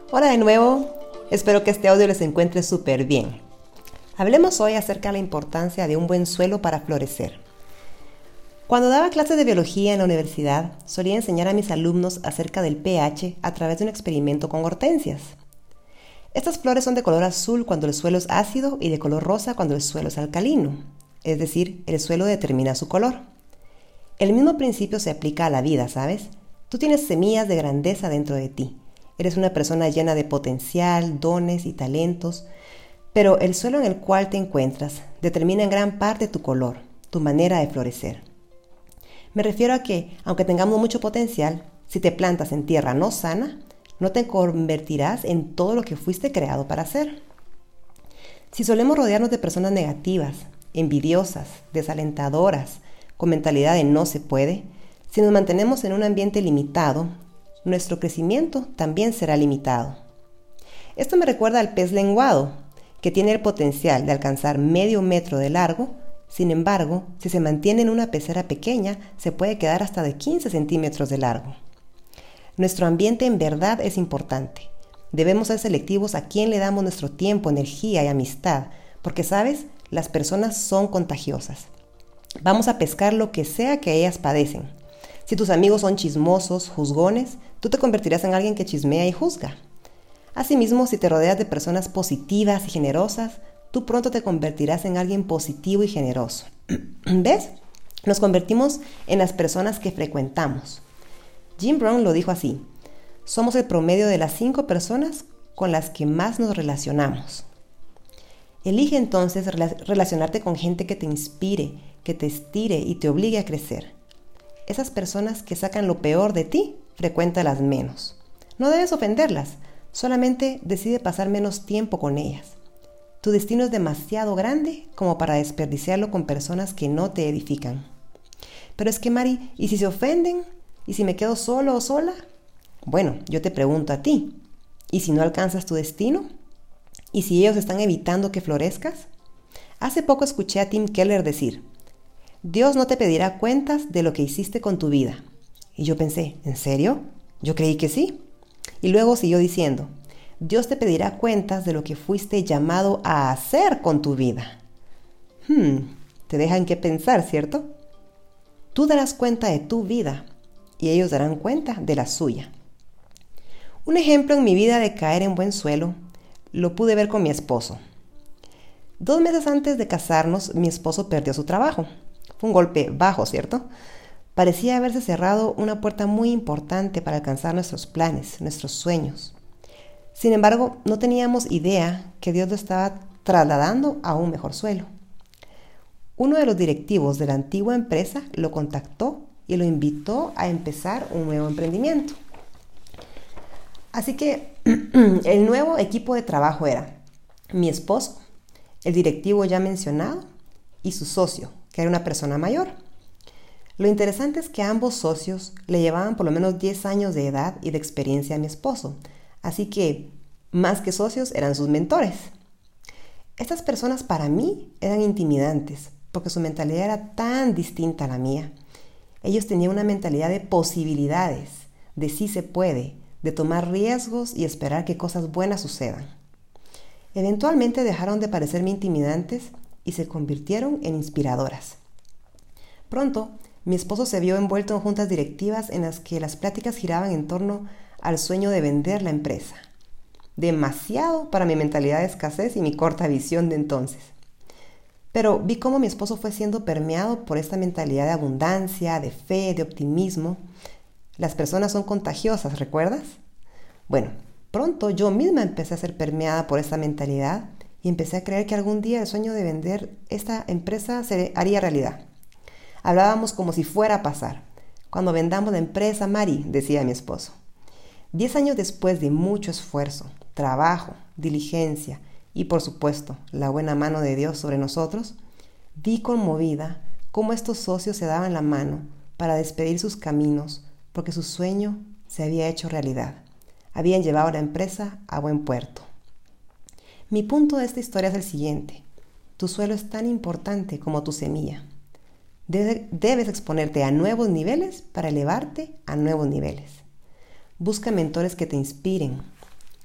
Hola de nuevo, espero que este audio les encuentre súper bien. Hablemos hoy acerca de la importancia de un buen suelo para florecer. Cuando daba clases de biología en la universidad, solía enseñar a mis alumnos acerca del pH a través de un experimento con hortensias. Estas flores son de color azul cuando el suelo es ácido y de color rosa cuando el suelo es alcalino, es decir, el suelo determina su color. El mismo principio se aplica a la vida, ¿sabes? Tú tienes semillas de grandeza dentro de ti. Eres una persona llena de potencial, dones y talentos, pero el suelo en el cual te encuentras determina en gran parte tu color, tu manera de florecer. Me refiero a que, aunque tengamos mucho potencial, si te plantas en tierra no sana, no te convertirás en todo lo que fuiste creado para ser. Si solemos rodearnos de personas negativas, envidiosas, desalentadoras, con mentalidad de no se puede, si nos mantenemos en un ambiente limitado, nuestro crecimiento también será limitado. Esto me recuerda al pez lenguado, que tiene el potencial de alcanzar medio metro de largo. Sin embargo, si se mantiene en una pecera pequeña, se puede quedar hasta de 15 centímetros de largo. Nuestro ambiente en verdad es importante. Debemos ser selectivos a quién le damos nuestro tiempo, energía y amistad, porque, ¿sabes? Las personas son contagiosas. Vamos a pescar lo que sea que ellas padecen. Si tus amigos son chismosos, juzgones, tú te convertirás en alguien que chismea y juzga. Asimismo, si te rodeas de personas positivas y generosas, tú pronto te convertirás en alguien positivo y generoso. ¿Ves? Nos convertimos en las personas que frecuentamos. Jim Brown lo dijo así: somos el promedio de las 5 personas con las que más nos relacionamos. Elige entonces relacionarte con gente que te inspire, que te estire y te obligue a crecer. Esas personas que sacan lo peor de ti, frecuéntalas menos. No debes ofenderlas, solamente decide pasar menos tiempo con ellas. Tu destino es demasiado grande como para desperdiciarlo con personas que no te edifican. Pero es que, Mari, ¿y si se ofenden? ¿Y si me quedo solo o sola? Bueno, yo te pregunto a ti, ¿y si no alcanzas tu destino? ¿Y si ellos están evitando que florezcas? Hace poco escuché a Tim Keller decir: Dios no te pedirá cuentas de lo que hiciste con tu vida. Y yo pensé, ¿en serio? Yo creí que sí. Y luego siguió diciendo: Dios te pedirá cuentas de lo que fuiste llamado a hacer con tu vida. Te dejan que pensar, ¿cierto? Tú darás cuenta de tu vida y ellos darán cuenta de la suya. Un ejemplo en mi vida de caer en buen suelo lo pude ver con mi esposo. 2 meses antes de casarnos, mi esposo perdió su trabajo. Fue un golpe bajo, ¿cierto? Parecía haberse cerrado una puerta muy importante para alcanzar nuestros planes, nuestros sueños. Sin embargo, no teníamos idea que Dios lo estaba trasladando a un mejor suelo. Uno de los directivos de la antigua empresa lo contactó y lo invitó a empezar un nuevo emprendimiento. Así que el nuevo equipo de trabajo era mi esposo, el directivo ya mencionado y su socio, que era una persona mayor. Lo interesante es que ambos socios le llevaban por lo menos 10 años de edad y de experiencia a mi esposo, así que, más que socios, eran sus mentores. Estas personas para mí eran intimidantes, porque su mentalidad era tan distinta a la mía. Ellos tenían una mentalidad de posibilidades, de sí se puede, de tomar riesgos y esperar que cosas buenas sucedan. Eventualmente dejaron de parecerme intimidantes y se convirtieron en inspiradoras. Pronto, mi esposo se vio envuelto en juntas directivas en las que las pláticas giraban en torno al sueño de vender la empresa. Demasiado para mi mentalidad de escasez y mi corta visión de entonces. Pero vi cómo mi esposo fue siendo permeado por esta mentalidad de abundancia, de fe, de optimismo. Las personas son contagiosas, ¿recuerdas? Bueno, pronto yo misma empecé a ser permeada por esta mentalidad y empecé a creer que algún día el sueño de vender esta empresa se haría realidad. Hablábamos como si fuera a pasar. Cuando vendamos la empresa, Mari, decía mi esposo. 10 años después de mucho esfuerzo, trabajo, diligencia y, por supuesto, la buena mano de Dios sobre nosotros, vi conmovida cómo estos socios se daban la mano para despedir sus caminos porque su sueño se había hecho realidad. Habían llevado la empresa a buen puerto. Mi punto de esta historia es el siguiente: tu suelo es tan importante como tu semilla. Debes exponerte a nuevos niveles para elevarte a nuevos niveles. Busca mentores que te inspiren.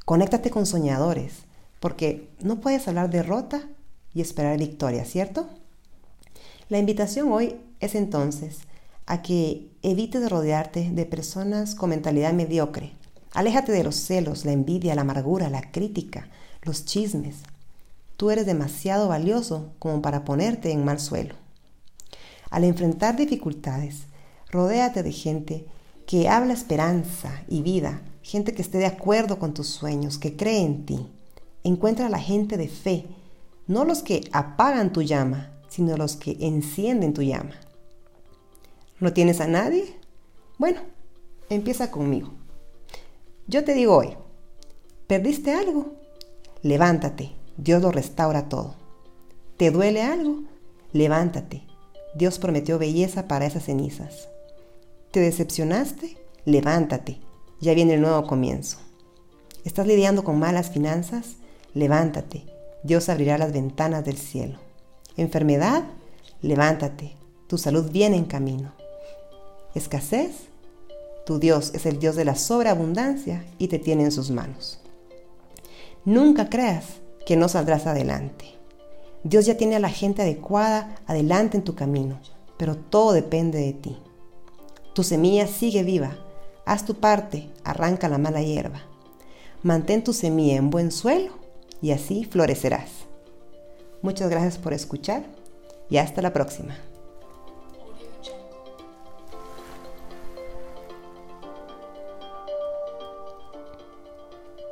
Conéctate con soñadores, porque no puedes hablar derrota y esperar victoria, ¿cierto? La invitación hoy es entonces a que evites rodearte de personas con mentalidad mediocre. Aléjate de los celos, la envidia, la amargura, la crítica, los chismes. Tú eres demasiado valioso como para ponerte en mal suelo. Al enfrentar dificultades, rodéate de gente que habla esperanza y vida, gente que esté de acuerdo con tus sueños, que cree en ti. Encuentra a la gente de fe, no los que apagan tu llama, sino los que encienden tu llama. ¿No tienes a nadie? Bueno, empieza conmigo. Yo te digo hoy, ¿perdiste algo? Levántate, Dios lo restaura todo. ¿Te duele algo? Levántate, Dios prometió belleza para esas cenizas. ¿Te decepcionaste? Levántate, ya viene el nuevo comienzo. ¿Estás lidiando con malas finanzas? Levántate, Dios abrirá las ventanas del cielo. ¿Enfermedad? Levántate, tu salud viene en camino. ¿Escasez? Tu Dios es el Dios de la sobreabundancia y te tiene en sus manos. Nunca creas que no saldrás adelante. Dios ya tiene a la gente adecuada adelante en tu camino, pero todo depende de ti. Tu semilla sigue viva. Haz tu parte, arranca la mala hierba. Mantén tu semilla en buen suelo y así florecerás. Muchas gracias por escuchar y hasta la próxima.